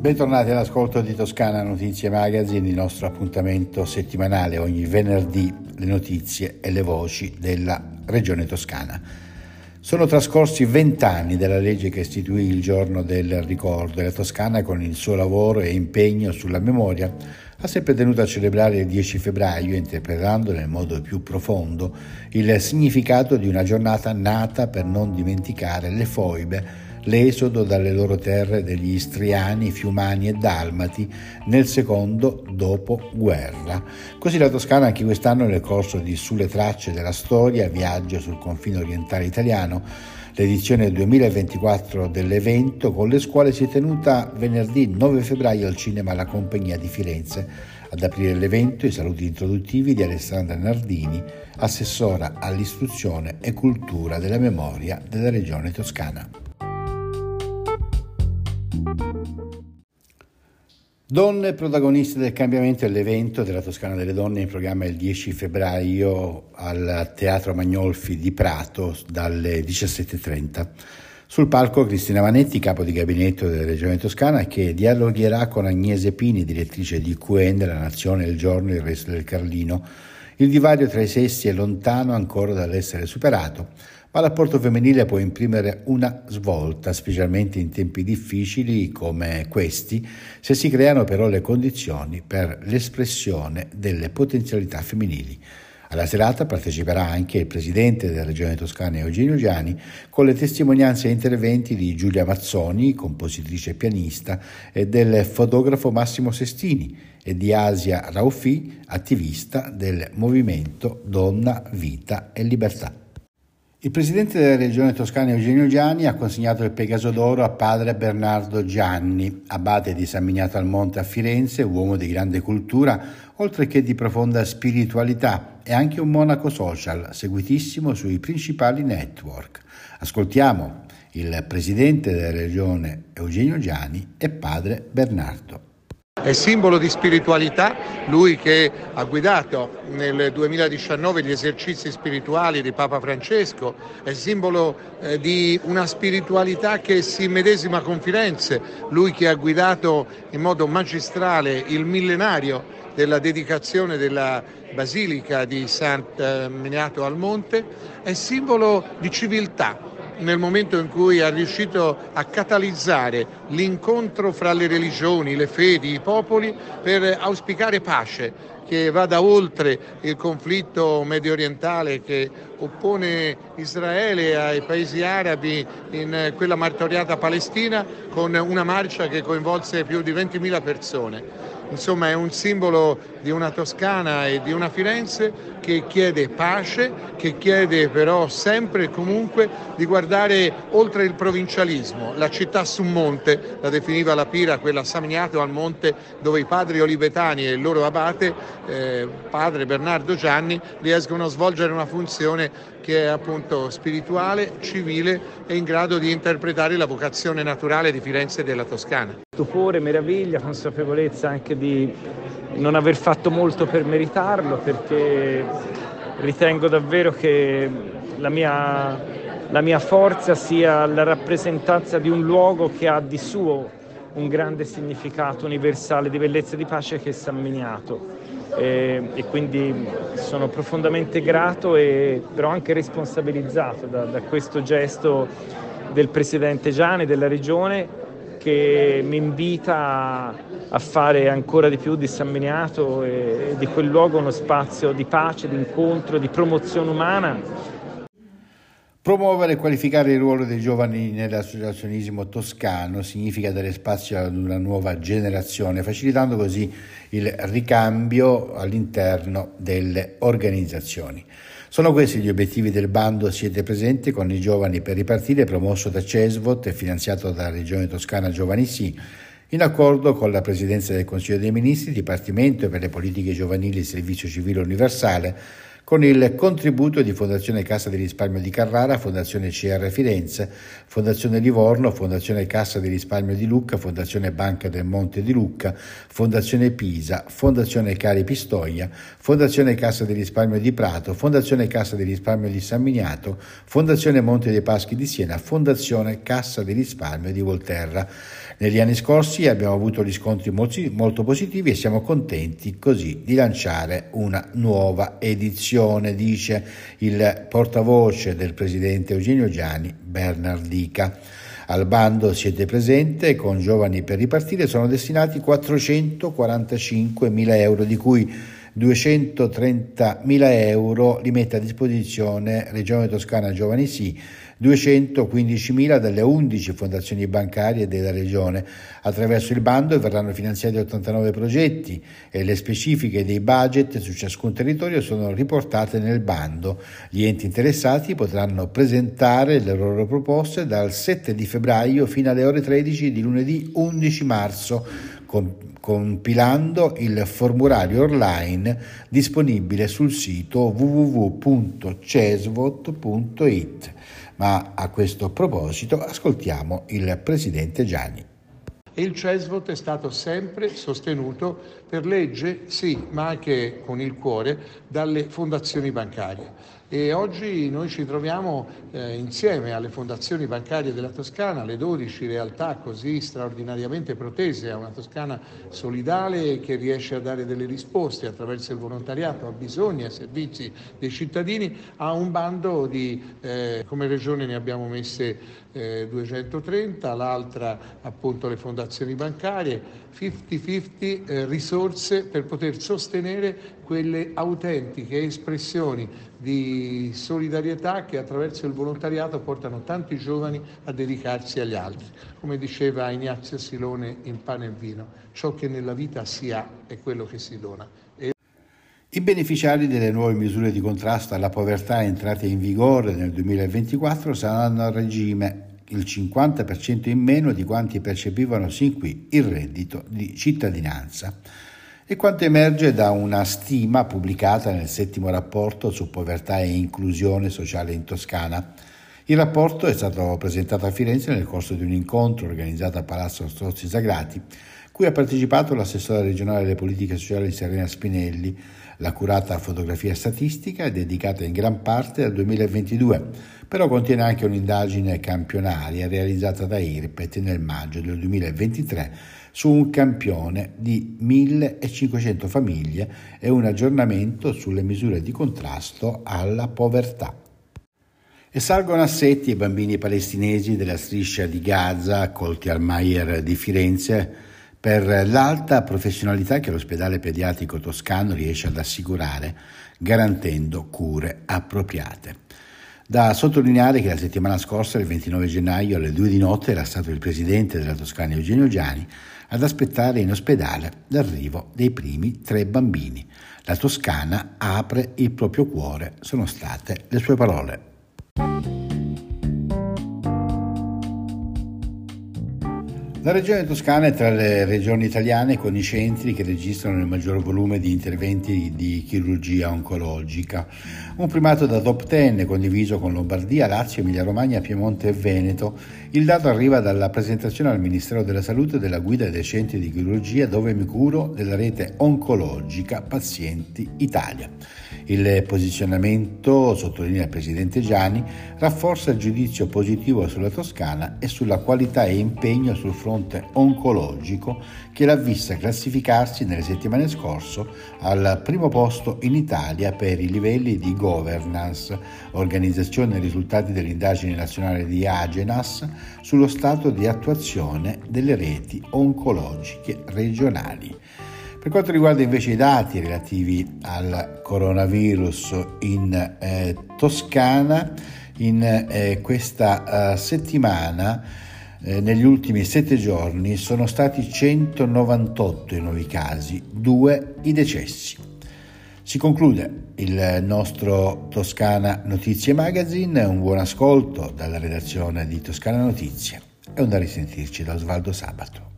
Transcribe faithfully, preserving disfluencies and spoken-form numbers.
Bentornati all'ascolto di Toscana Notizie Magazine, il nostro appuntamento settimanale ogni venerdì, le notizie e le voci della regione toscana. Sono trascorsi vent'anni dalla legge che istituì il giorno del ricordo e la Toscana, con il suo lavoro e impegno sulla memoria, ha sempre tenuto a celebrare il dieci febbraio, interpretando nel modo più profondo il significato di una giornata nata per non dimenticare le foibe, l'esodo dalle loro terre degli istriani, fiumani e dalmati nel secondo dopoguerra. Così la Toscana anche quest'anno, nel corso di Sulle tracce della storia, viaggio sul confine orientale italiano, l'edizione duemilaventiquattro dell'evento, con le scuole, si è tenuta venerdì nove febbraio al Cinema La Compagnia di Firenze. Ad aprire l'evento i saluti introduttivi di Alessandra Nardini, assessora all'istruzione e cultura della memoria della regione toscana. Donne protagoniste del cambiamento è l'evento della Toscana delle Donne, in programma il dieci febbraio al Teatro Magnolfi di Prato dalle diciassette e trenta. Sul palco Cristina Vanetti, capo di gabinetto della Regione Toscana, che dialogherà con Agnese Pini, direttrice di Q N, La Nazione, Il Giorno e il Resto del Carlino. Il divario tra i sessi è lontano ancora dall'essere superato, ma l'apporto femminile può imprimere una svolta, specialmente in tempi difficili come questi, se si creano però le condizioni per l'espressione delle potenzialità femminili. Alla serata parteciperà anche il presidente della Regione Toscana Eugenio Giani, con le testimonianze e interventi di Giulia Mazzoni, compositrice e pianista, e del fotografo Massimo Sestini, e di Asia Raufi, attivista del movimento Donna, Vita e Libertà. Il presidente della Regione Toscana Eugenio Giani ha consegnato il Pegaso d'Oro a padre Bernardo Gianni, abate di San Miniato al Monte a Firenze, uomo di grande cultura, oltre che di profonda spiritualità, e anche un monaco social, seguitissimo sui principali network. Ascoltiamo il presidente della Regione Eugenio Giani e padre Bernardo. È simbolo di spiritualità, lui che ha guidato nel duemiladiciannove gli esercizi spirituali di Papa Francesco, è simbolo eh, di una spiritualità che si medesima con Firenze, lui che ha guidato in modo magistrale il millenario della dedicazione della Basilica di San Miniato al Monte, è simbolo di civiltà, nel momento in cui ha riuscito a catalizzare l'incontro fra le religioni, le fedi, i popoli, per auspicare pace che vada oltre il conflitto medio orientale che oppone Israele ai paesi arabi in quella martoriata Palestina, con una marcia che coinvolse più di ventimila persone. Insomma, è un simbolo di una Toscana e di una Firenze che chiede pace, che chiede però sempre e comunque di guardare oltre il provincialismo. La città su monte, la definiva la Pira, quella San Miniato al Monte, dove i padri olivetani e il loro abate, eh, padre Bernardo Gianni, riescono a svolgere una funzione che è appunto spirituale, civile e in grado di interpretare la vocazione naturale di Firenze e della Toscana. Stupore, meraviglia, consapevolezza anche di non aver fatto molto per meritarlo, perché ritengo davvero che la mia, la mia forza sia la rappresentanza di un luogo che ha di suo un grande significato universale di bellezza e di pace, che è San Miniato. E, e quindi sono profondamente grato e però anche responsabilizzato da, da questo gesto del presidente Giani, della regione, che mi invita a, a fare ancora di più di San Miniato e, e di quel luogo uno spazio di pace, di incontro, di promozione umana. Promuovere e qualificare il ruolo dei giovani nell'associazionismo toscano significa dare spazio ad una nuova generazione, facilitando così il ricambio all'interno delle organizzazioni. Sono questi gli obiettivi del bando Siete presenti con i giovani per ripartire, promosso da Cesvot e finanziato dalla Regione Toscana Giovani Sì, in accordo con la Presidenza del Consiglio dei Ministri, Dipartimento per le Politiche Giovanili e Servizio Civile Universale, con il contributo di Fondazione Cassa di Risparmio di Carrara, Fondazione C R Firenze, Fondazione Livorno, Fondazione Cassa di Risparmio di Lucca, Fondazione Banca del Monte di Lucca, Fondazione Pisa, Fondazione Cari Pistoia, Fondazione Cassa di Risparmio di Prato, Fondazione Cassa di Risparmio di San Miniato, Fondazione Monte dei Paschi di Siena, Fondazione Cassa di Risparmio di Volterra. Negli anni scorsi abbiamo avuto riscontri molto positivi e siamo contenti così di lanciare una nuova edizione, dice il portavoce del presidente Eugenio Giani, Bernardica. Al bando siete presente, con Giovani per ripartire sono destinati quattrocentoquarantacinquemila euro, di cui duecentotrentamila euro li mette a disposizione Regione Toscana Giovani Sì, duecentoquindicimila dalle undici fondazioni bancarie della Regione. Attraverso il bando verranno finanziati ottantanove progetti e le specifiche dei budget su ciascun territorio sono riportate nel bando. Gli enti interessati potranno presentare le loro proposte dal sette di febbraio fino alle ore tredici di lunedì undici marzo, compilando il formulario online disponibile sul sito w w w punto cesvot punto i t. Ma a questo proposito ascoltiamo il presidente Giani. E il Cesvot è stato sempre sostenuto per legge, sì, ma anche con il cuore, dalle fondazioni bancarie. E oggi noi ci troviamo eh, insieme alle fondazioni bancarie della Toscana, le dodici realtà così straordinariamente protese a una Toscana solidale che riesce a dare delle risposte attraverso il volontariato a bisogni e a servizi dei cittadini, a un bando di, eh, come Regione ne abbiamo messe eh, duecentotrenta, l'altra appunto le fondazioni bancarie, cinquanta cinquanta eh, risorse per poter sostenere quelle autentiche espressioni di solidarietà che attraverso il volontariato portano tanti giovani a dedicarsi agli altri. Come diceva Ignazio Silone in Pane e Vino, ciò che nella vita si ha è quello che si dona. E... I beneficiari delle nuove misure di contrasto alla povertà entrate in vigore nel duemilaventiquattro saranno a regime il cinquanta per cento in meno di quanti percepivano sin qui il reddito di cittadinanza. E quanto emerge da una stima pubblicata nel settimo rapporto su povertà e inclusione sociale in Toscana. Il rapporto è stato presentato a Firenze nel corso di un incontro organizzato a Palazzo Strozzi Sagrati, cui ha partecipato l'assessore regionale alle politiche sociali Serena Spinelli. L'accurata fotografia statistica è dedicata in gran parte al duemilaventidue, però contiene anche un'indagine campionaria realizzata da I R P E T nel maggio del duemilaventitré su un campione di millecinquecento famiglie e un aggiornamento sulle misure di contrasto alla povertà. E salgono a setti i bambini palestinesi della striscia di Gaza accolti al Mayer di Firenze per l'alta professionalità che l'ospedale pediatrico toscano riesce ad assicurare, garantendo cure appropriate. Da sottolineare che la settimana scorsa, il ventinove gennaio alle due di notte, era stato il presidente della Toscana Eugenio Giani ad aspettare in ospedale l'arrivo dei primi tre bambini. La Toscana apre il proprio cuore, sono state le sue parole. La regione Toscana è tra le regioni italiane con i centri che registrano il maggior volume di interventi di chirurgia oncologica. Un primato da top dieci condiviso con Lombardia, Lazio, Emilia-Romagna, Piemonte e Veneto. Il dato arriva dalla presentazione al Ministero della Salute della guida dei centri di chirurgia Dove mi curo della rete oncologica Pazienti Italia. Il posizionamento, sottolinea il presidente Giani, rafforza il giudizio positivo sulla Toscana e sulla qualità e impegno sul fronte oncologico che l'ha vista classificarsi nelle settimane scorse al primo posto in Italia per i livelli di governance, organizzazione e risultati dell'indagine nazionale di Agenas sullo stato di attuazione delle reti oncologiche regionali. Per quanto riguarda invece i dati relativi al coronavirus in eh, Toscana, in eh, questa uh, settimana, eh, negli ultimi sette giorni, sono stati centonovantotto i nuovi casi, due i decessi. Si conclude il nostro Toscana Notizie Magazine, un buon ascolto dalla redazione di Toscana Notizie e un da risentirci da Osvaldo Sabato.